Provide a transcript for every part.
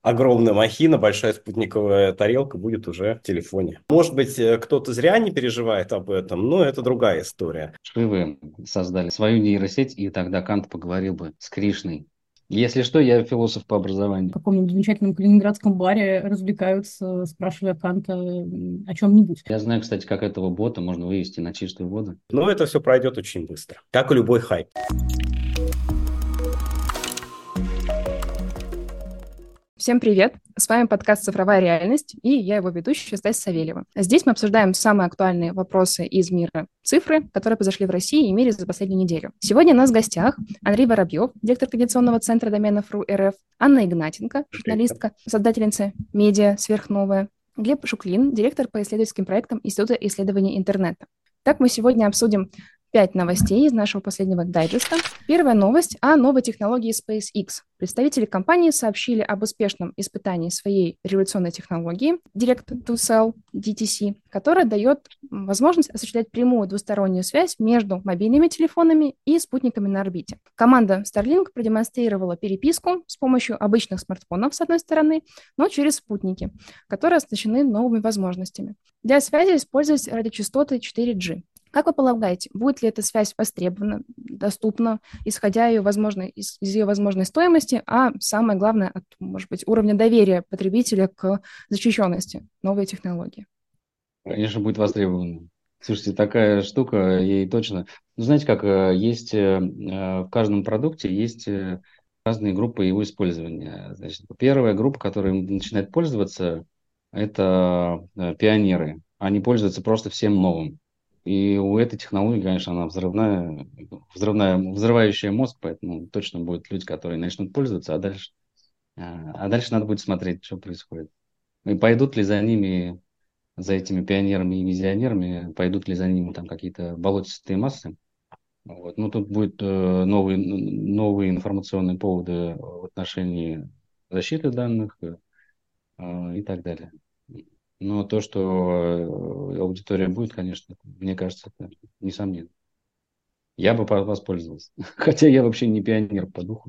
огромная махина, большая спутниковая тарелка будет уже в телефоне. Может быть, кто-то зря не переживает об этом, но это другая история. Шивы создали свою нейросеть, и тогда Кант поговорил бы с Кришной. Если что, я философ по В образованию. каком-нибудь замечательном калининградском баре развлекаются, спрашивая Канта о чем-нибудь. Я знаю, кстати, как этого бота можно вывести на чистую воду. Но это все пройдет очень быстро, как и любой хайп. Всем привет! С вами подкаст «Цифровая реальность» и я его ведущая Стась Савельева. Здесь мы обсуждаем самые актуальные вопросы из мира цифры, которые произошли в России и мире за последнюю неделю. Сегодня у нас в гостях Андрей Воробьев, директор Координационного центра доменов РУ-РФ, Анна Игнатенко, журналистка, создательница медиа «Сверхновая», Глеб Шуклин, директор по исследовательским проектам Института исследований интернета. Так мы сегодня обсудим 5 новостей из нашего последнего дайджеста. Первая новость о новой технологии SpaceX. Представители компании сообщили об успешном испытании своей революционной технологии Direct-to-Cell DTC, которая дает возможность осуществлять прямую двустороннюю связь между мобильными телефонами и спутниками на орбите. Команда Starlink продемонстрировала переписку с помощью обычных смартфонов, с одной стороны, но через спутники, которые оснащены новыми возможностями. Для связи использовались радиочастоты 4G. Как вы полагаете, будет ли эта связь востребована, доступна, исходя из ее возможной стоимости, а самое главное, от, может быть, уровня доверия потребителя к защищенности новой технологии? Конечно, будет востребовано. Слушайте, такая штука, ей точно... Ну, знаете, как есть в каждом продукте есть разные группы его использования. Значит, первая группа, которая начинает пользоваться, это пионеры. Они пользуются просто всем новым. И у этой технологии, конечно, она взрывающая мозг, поэтому точно будут люди, которые начнут пользоваться, а дальше надо будет смотреть, что происходит. И пойдут ли за ними, за этими пионерами и визионерами, пойдут ли за ними там какие-то болотистые массы. Вот. Ну, тут будут новые информационные поводы в отношении защиты данных и так далее. Но то, что аудитория будет, конечно, мне кажется, это несомненно. Я бы воспользовался. Хотя я вообще не пионер по духу.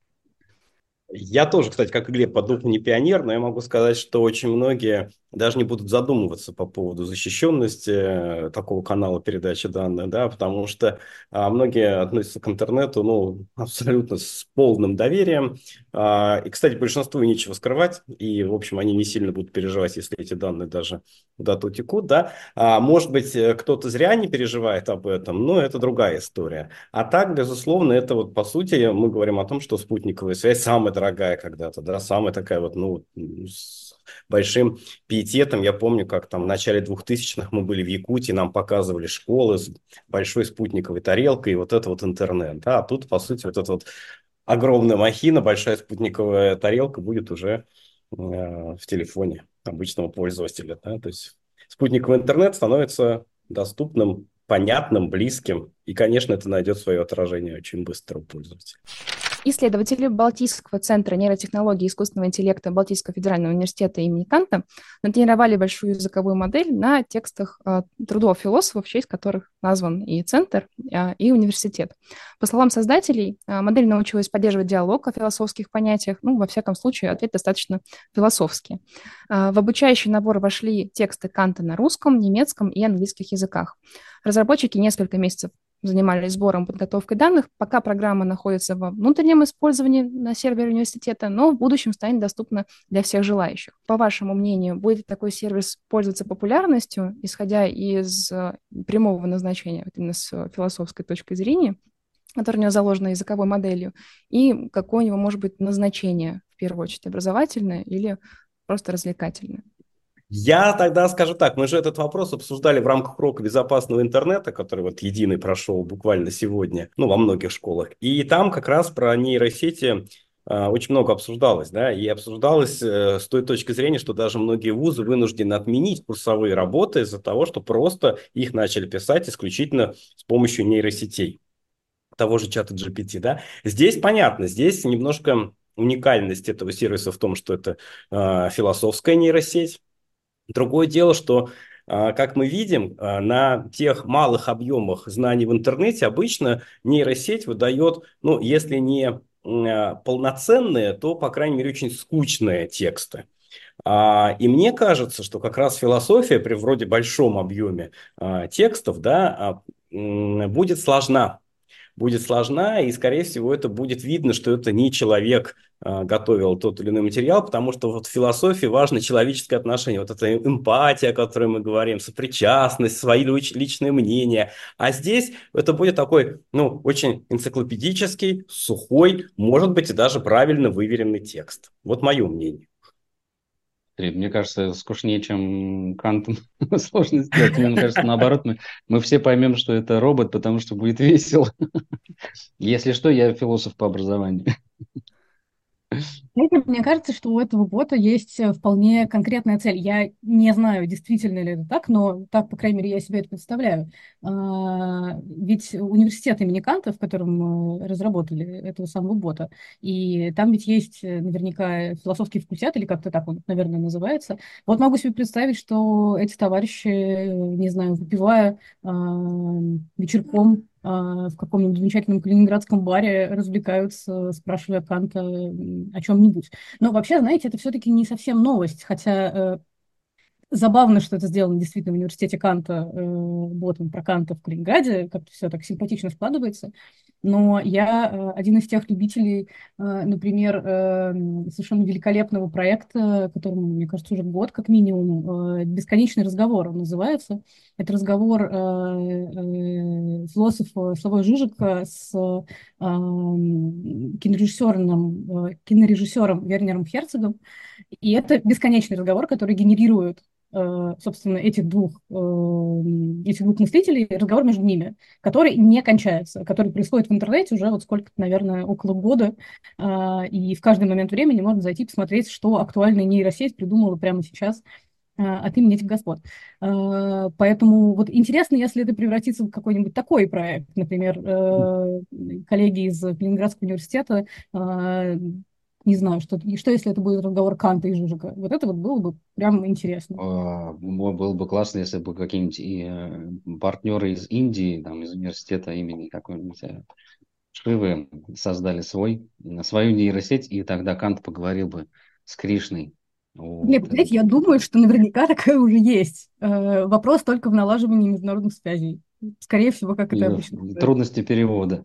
Я тоже, кстати, как и Глеб, по духу не пионер, но я могу сказать, что очень многие даже не будут задумываться по поводу защищенности такого канала передачи данных, да, потому что многие относятся к интернету, ну, абсолютно с полным доверием. И, кстати, большинству и нечего скрывать, и, в общем, они не сильно будут переживать, если эти данные даже куда-то утекут, да. Может быть, кто-то зря не переживает об этом, но это другая история. А так, безусловно, это вот по сути мы говорим о том, что спутниковая связь самая дорогая когда-то, да, самая такая вот, ну, с большим пиететом. Я помню, как там в начале 2000-х мы были в Якутии, нам показывали школы с большой спутниковой тарелкой, и вот это вот интернет, да, а тут, по сути, вот эта вот огромная махина, большая спутниковая тарелка будет уже в телефоне обычного пользователя, да, то есть спутниковый интернет становится доступным, понятным, близким. И, конечно, это найдет свое отражение очень быстро у пользователя. Исследователи Балтийского центра нейротехнологий и искусственного интеллекта Балтийского федерального университета имени Канта натренировали большую языковую модель на текстах трудов философов, в честь которых назван и центр, и университет. По словам создателей, модель научилась поддерживать диалог о философских понятиях. Ну, во всяком случае, ответ достаточно философский. В обучающий набор вошли тексты Канта на русском, немецком и английских языках. Разработчики несколько месяцев занимались сбором, подготовкой данных, пока программа находится во внутреннем использовании на сервере университета, но в будущем станет доступна для всех желающих. По вашему мнению, будет такой сервис пользоваться популярностью, исходя из прямого назначения, вот именно с философской точки зрения, которая у него заложена языковой моделью, и какое у него может быть назначение, в первую очередь, образовательное или просто развлекательное? Я тогда скажу так, мы же этот вопрос обсуждали в рамках урока безопасного интернета, который вот единый прошел буквально сегодня, ну, во многих школах. И там как раз про нейросети очень много обсуждалось, да, и обсуждалось с той точки зрения, что даже многие вузы вынуждены отменить курсовые работы из-за того, что просто их начали писать исключительно с помощью нейросетей, того же чата GPT, да. Здесь понятно, здесь немножко уникальность этого сервиса в том, что это философская нейросеть. Другое дело, что, как мы видим, на тех малых объемах знаний в интернете обычно нейросеть выдает, ну, если не полноценные, то, по крайней мере, очень скучные тексты. И мне кажется, что как раз философия при вроде большом объеме текстов, да, будет сложна. Будет сложна, и, скорее всего, это будет видно, что это не человек готовил тот или иной материал, потому что вот в философии важно человеческое отношение, вот эта эмпатия, о которой мы говорим, сопричастность, свои личные мнения. А здесь это будет такой, ну, очень энциклопедический, сухой, может быть, и даже правильно выверенный текст. Вот мое мнение. Мне кажется, скучнее, чем Кантом сложно сделать. Мне кажется, наоборот, мы все поймем, что это робот, потому что будет весело. Если что, я философ по образованию. Знаете, мне кажется, что у этого бота есть вполне конкретная цель. Я не знаю, действительно ли это так, но так, по крайней мере, я себе это представляю. Ведь университет имени Канта, в котором мы разработали этого самого бота, и там ведь есть наверняка философский факультет, или как-то так он, наверное, называется. Вот могу себе представить, что эти товарищи, не знаю, выпивая вечерком в каком-нибудь замечательном калининградском баре развлекаются, спрашивая Канта о чем-нибудь. Но вообще, знаете, это все-таки не совсем новость, хотя забавно, что это сделано действительно в университете Канта, ботом про Канта в Калининграде, как-то все так симпатично складывается. Но я один из тех любителей, например, совершенно великолепного проекта, которому, мне кажется, уже год как минимум, «Бесконечный разговор» он называется. Это разговор философа Славой Жижика с кинорежиссером Вернером Херцогом. И это бесконечный разговор, который генерирует собственно, этих двух мыслителей, разговор между ними, который не кончается, который происходит в интернете уже вот сколько-то, наверное, около года, и в каждый момент времени можно зайти посмотреть, что актуальная нейросеть придумала прямо сейчас от имени этих господ. Поэтому вот интересно, если это превратится в какой-нибудь такой проект, например, коллеги из Ленинградского университета, не знаю, что если это будет разговор Канта и Жижика. Вот это вот было бы прям интересно. Было бы классно, если бы какие-нибудь партнеры из Индии, там, из университета имени какой-нибудь Шивы создали свою нейросеть, и тогда Кант поговорил бы с Кришной. Глеб, знаете, я думаю, что наверняка такая уже есть. Вопрос только в налаживании международных связей. Скорее всего, как это обычно. Трудности перевода.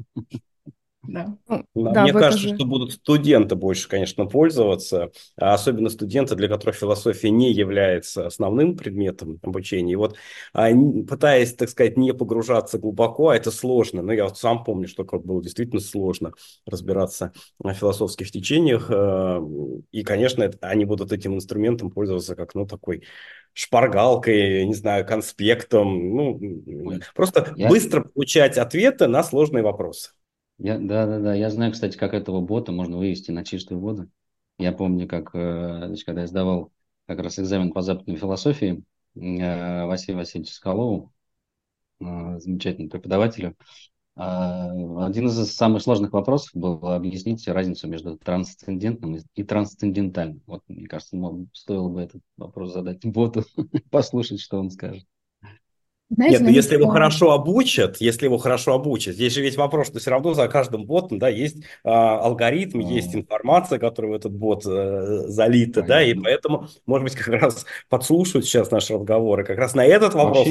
Да. Да, Мне вы кажется, тоже. что будут студенты больше, конечно, пользоваться, особенно студенты, для которых философия не является основным предметом обучения. И вот пытаясь, так сказать, не погружаться глубоко, а это сложно. Но я вот сам помню, что как было действительно сложно разбираться в философских течениях. И, конечно, они будут этим инструментом пользоваться как, ну, такой шпаргалкой, не знаю, конспектом. Ну, просто быстро получать ответы на сложные вопросы. Да. Я знаю, кстати, как этого бота можно вывести на чистую воду. Я помню, как, значит, когда я сдавал как раз экзамен по западной философии Василию Васильевичу Соколову, замечательному преподавателю, один из самых сложных вопросов был объяснить разницу между трансцендентным и трансцендентальным. Вот, мне кажется, стоило бы этот вопрос задать боту, послушать, что он скажет. Знаете, Нет, но если его хорошо обучат, здесь же ведь вопрос, что все равно за каждым ботом, да, есть алгоритм, есть информация, которая в этот бот залита, Понятно. да, и поэтому, может быть, как раз подслушают сейчас наши разговоры, как раз на этот вопрос.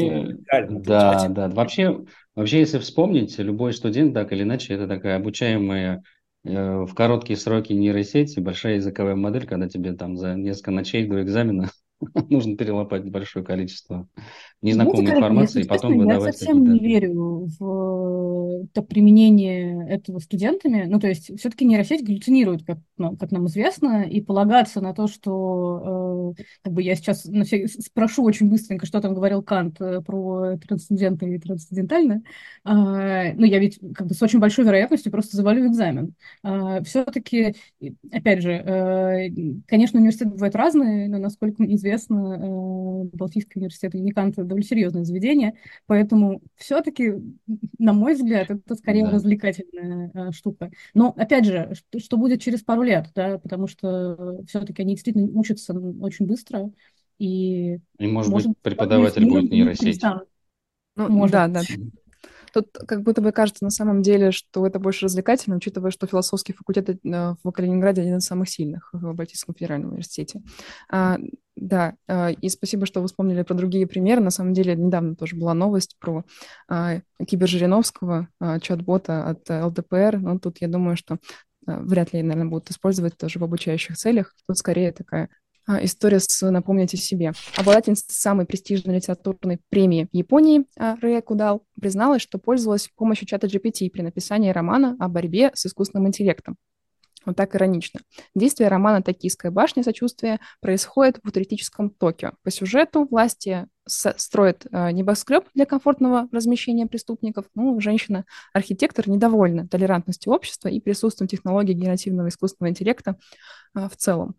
Вообще, если вспомнить, любой студент, так или иначе, это такая обучаемая в короткие сроки нейросеть, большая языковая модель, когда тебе там за несколько ночей до экзамена нужно перелопать большое количество незнакомой информации и потом выдавать какие-то... Я совсем не верю в то применение этого студентами. Ну, то есть, все-таки нейросеть галлюцинирует, как нам известно, и полагаться на то, что... как бы я сейчас спрошу очень быстренько, что там говорил Кант про трансцендентное и трансцендентальное. Ну, я ведь как бы с очень большой вероятностью просто завалю экзамен. Все-таки, опять же, конечно, университеты бывают разные, но, насколько мне известно, Балтийский университет имени Канта довольно серьезное заведение, поэтому все-таки, на мой взгляд, это скорее развлекательная штука. Но, опять же, что будет через пару лет, да, потому что все-таки они действительно учатся очень быстро, и может быть, преподаватель будет нейросеть. Да. Тут как будто бы кажется на самом деле, что это больше развлекательно, учитывая, что философский факультет в Калининграде один из самых сильных в Балтийском федеральном университете. А, да, и спасибо, что вы вспомнили про другие примеры. На самом деле, недавно тоже была новость про Кибер-Жириновского, чат-бота от ЛДПР. Но тут я думаю, что вряд ли, наверное, будут использовать тоже в обучающих целях. Тут скорее такая история с «Напомните себе». Обладательница самой престижной литературной премии в Японии Рэя Кудал призналась, что пользовалась помощью чата GPT при написании романа о борьбе с искусственным интеллектом. Вот так иронично. Действие романа «Токийская башня сочувствия» происходит в футуристическом Токио. По сюжету власти строят небоскреб для комфортного размещения преступников. Ну, женщина-архитектор недовольна толерантностью общества и присутствием технологий генеративного искусственного интеллекта в целом.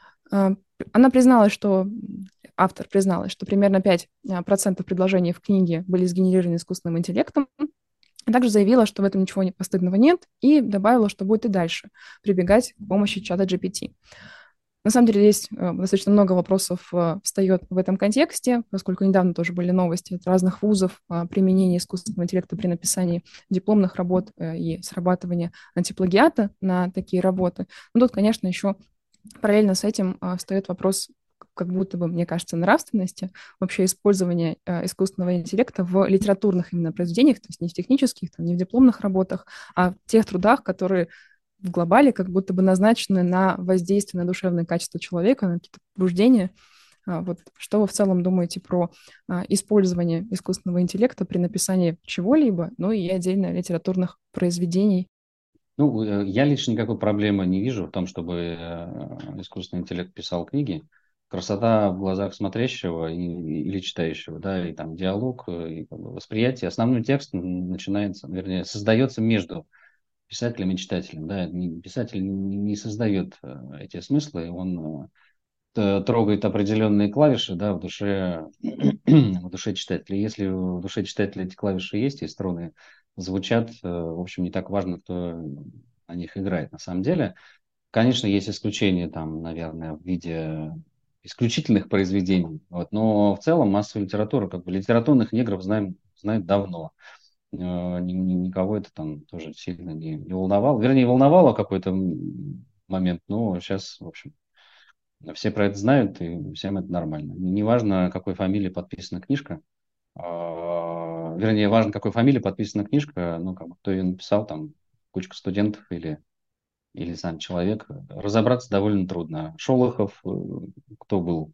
Она призналась, что автор призналась, что примерно 5% предложений в книге были сгенерированы искусственным интеллектом. А также заявила, что в этом ничего постыдного нет, и добавила, что будет и дальше прибегать к помощи чата GPT. На самом деле здесь достаточно много вопросов встает в этом контексте, поскольку недавно тоже были новости от разных вузов о применении искусственного интеллекта при написании дипломных работ и срабатывании антиплагиата на такие работы. Но тут, конечно, еще параллельно с этим встает вопрос, как будто бы, мне кажется, нравственности, вообще использования искусственного интеллекта в литературных именно произведениях, то есть не в технических, там, не в дипломных работах, а в тех трудах, которые в глобале как будто бы назначены на воздействие на душевное качество человека, на какие-то побуждения. Вот что вы в целом думаете про использование искусственного интеллекта при написании чего-либо, ну и отдельно литературных произведений? Ну, я лично никакой проблемы не вижу в том, чтобы искусственный интеллект писал книги. Красота в глазах смотрящего или читающего, да, и там диалог, и как бы восприятие. Основной текст начинается, вернее, создается между писателем и читателем, да. Писатель не создает эти смыслы, он трогает определенные клавиши, да, в душе, в душе читателя. Если в душе читателя эти клавиши есть, и струны звучат, в общем, не так важно, кто на них играет на самом деле. Конечно, есть исключения там, наверное, в виде исключительных произведений, вот, но в целом массовая литература, как бы литературных негров знают давно. Никого это там тоже сильно не волновало. Вернее, волновало какой-то момент, но сейчас, в общем, все про это знают, и всем это нормально. Неважно, какой фамилией подписана книжка, вернее, важно, какой фамилией подписана книжка, ну, как бы, кто ее написал, там, кучка студентов или сам человек, разобраться довольно трудно. Шолохов, кто был?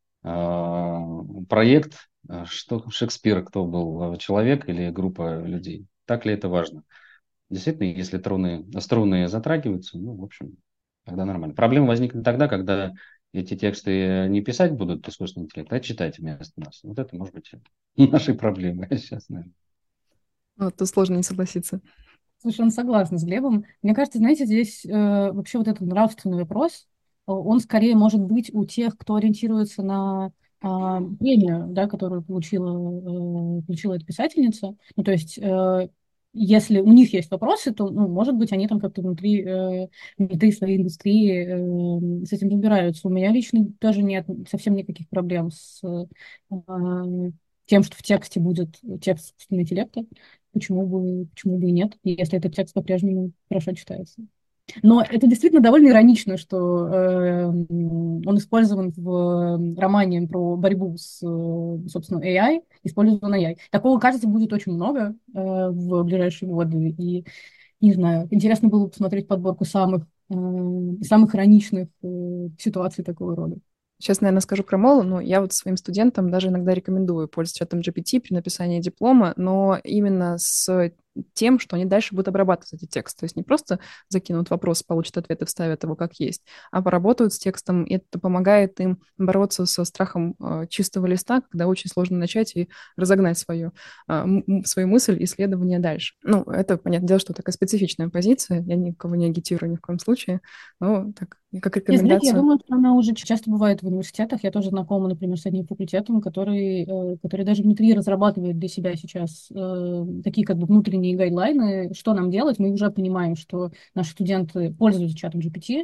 Проект, что Шекспир, кто был? Человек или группа людей? Так ли это важно? Действительно, если струны затрагиваются, ну, в общем, тогда нормально. Проблема возникнет тогда, когда эти тексты не писать будут искусственный интеллект, а читать вместо нас. Вот это может быть нашей проблемой сейчас, наверное. Вот, тут сложно не согласиться. Совершенно согласна с Глебом. Мне кажется, знаете, здесь вообще вот этот нравственный вопрос, он скорее может быть у тех, кто ориентируется на премию, да, которую получила эта писательница. Ну, то есть, если у них есть вопросы, то, ну, может быть, они там как-то внутри своей индустрии с этим разбираются. У меня лично даже нет совсем никаких проблем с тем, что в тексте будет текст искусственного интеллекта. Почему бы и нет, если этот текст по-прежнему хорошо читается. Но это действительно довольно иронично, что он использован в романе про борьбу с, собственно, AI, использован AI. Такого, кажется, будет очень много в ближайшие годы. И, не знаю, интересно было посмотреть подборку самых ироничных ситуаций такого рода. Сейчас, наверное, скажу крамолу, но я вот своим студентам даже иногда рекомендую пользоваться чатом GPT при написании диплома, но именно с тем, что они дальше будут обрабатывать эти тексты. То есть не просто закинут вопрос, получат ответ и вставят его как есть, а поработают с текстом, и это помогает им бороться со страхом чистого листа, когда очень сложно начать и разогнать свою мысль, исследование дальше. Ну, это, понятное дело, что такая специфичная позиция, я никого не агитирую ни в коем случае, но так, как рекомендация. Знаете, я думаю, что она уже часто бывает в университетах. Я тоже знакома, например, с одним факультетом, который даже внутри разрабатывает для себя сейчас такие как бы внутренние гайдлайны, что нам делать. Мы уже понимаем, что наши студенты пользуются чатом GPT,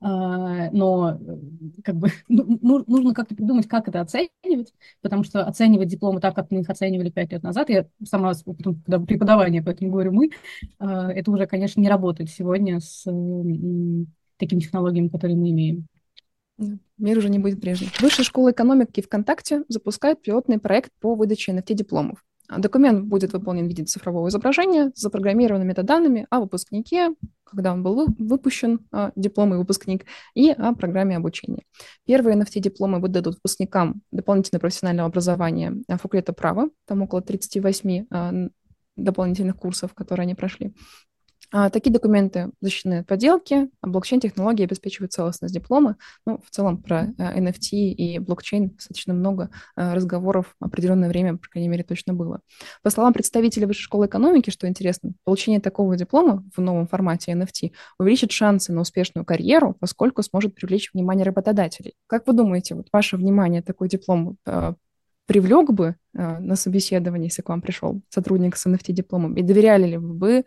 Но как бы нужно как-то придумать, как это оценивать, потому что оценивать дипломы так, как мы их оценивали 5 лет назад, я сама с опытом преподавания, поэтому говорю мы, это уже, конечно, не работает сегодня с такими технологиями, которые мы имеем. Мир уже не будет прежним. Высшая школа экономики ВКонтакте запускает пилотный проект по выдаче NFT-дипломов. Документ будет выполнен в виде цифрового изображения с запрограммированными метаданными о выпускнике, когда он был выпущен, диплом и выпускник, и о программе обучения. Первые NFT-дипломы выдадут выпускникам дополнительного профессионального образования факультета права, там около 38 дополнительных курсов, которые они прошли. Такие документы защищены от подделки, а блокчейн-технологии обеспечивают целостность диплома. Ну, в целом про NFT и блокчейн достаточно много разговоров в определенное время, по крайней мере, точно было. По словам представителя Высшей школы экономики, что интересно, получение такого диплома в новом формате NFT увеличит шансы на успешную карьеру, поскольку сможет привлечь внимание работодателей. Как вы думаете, вот ваше внимание такой диплом привлек бы на собеседование, если к вам пришел сотрудник с NFT-дипломом? И доверяли ли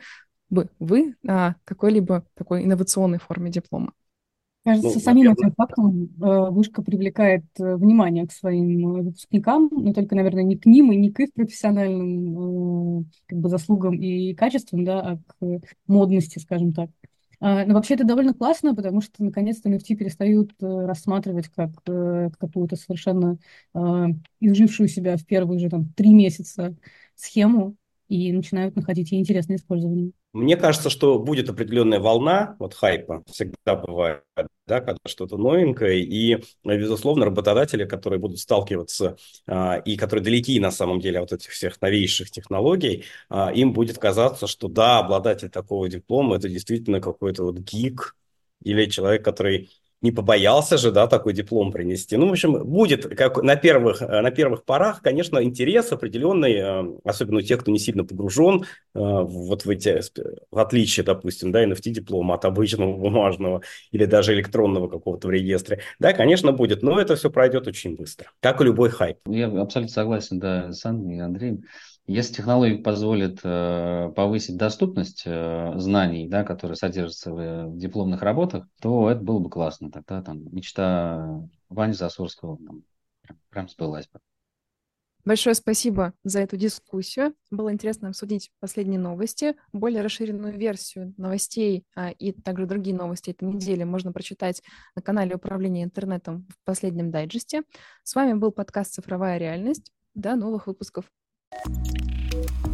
вы какой-либо такой инновационной форме диплома? Кажется, самим этим фактом вышка привлекает внимание к своим выпускникам, но только, наверное, не к ним и не к их профессиональным как бы заслугам и качествам, да, а к модности, скажем так. Но вообще это довольно классно, потому что наконец-то NFT перестают рассматривать как какую-то совершенно изжившую себя в первые же 3 месяца схему и начинают находить ей интересное использование. Мне кажется, что будет определенная волна, вот хайпа, всегда бывает, да, когда что-то новенькое, и, безусловно, работодатели, которые будут сталкиваться и которые далеки на самом деле от этих всех новейших технологий, им будет казаться, что да, обладатель такого диплома – это действительно какой-то вот гик или человек, который не побоялся же, да, такой диплом принести. Ну, в общем, будет как на первых порах, конечно, интерес определенный, особенно у тех, кто не сильно погружен вот в отличие, допустим, да, NFT-диплома от обычного бумажного или даже электронного какого-то в регистре. Да, конечно, будет, но это все пройдет очень быстро, как и любой хайп. Я абсолютно согласен, да, с Анной и Андреем. Если технология позволит повысить доступность знаний, да, которые содержатся в дипломных работах, то это было бы классно. Тогда там мечта Вани Засурского прям сбылась бы. Большое спасибо за эту дискуссию. Было интересно обсудить последние новости. Более расширенную версию новостей и также другие новости этой недели можно прочитать на канале Управления интернетом в последнем дайджесте. С вами был подкаст «Цифровая реальность». До новых выпусков.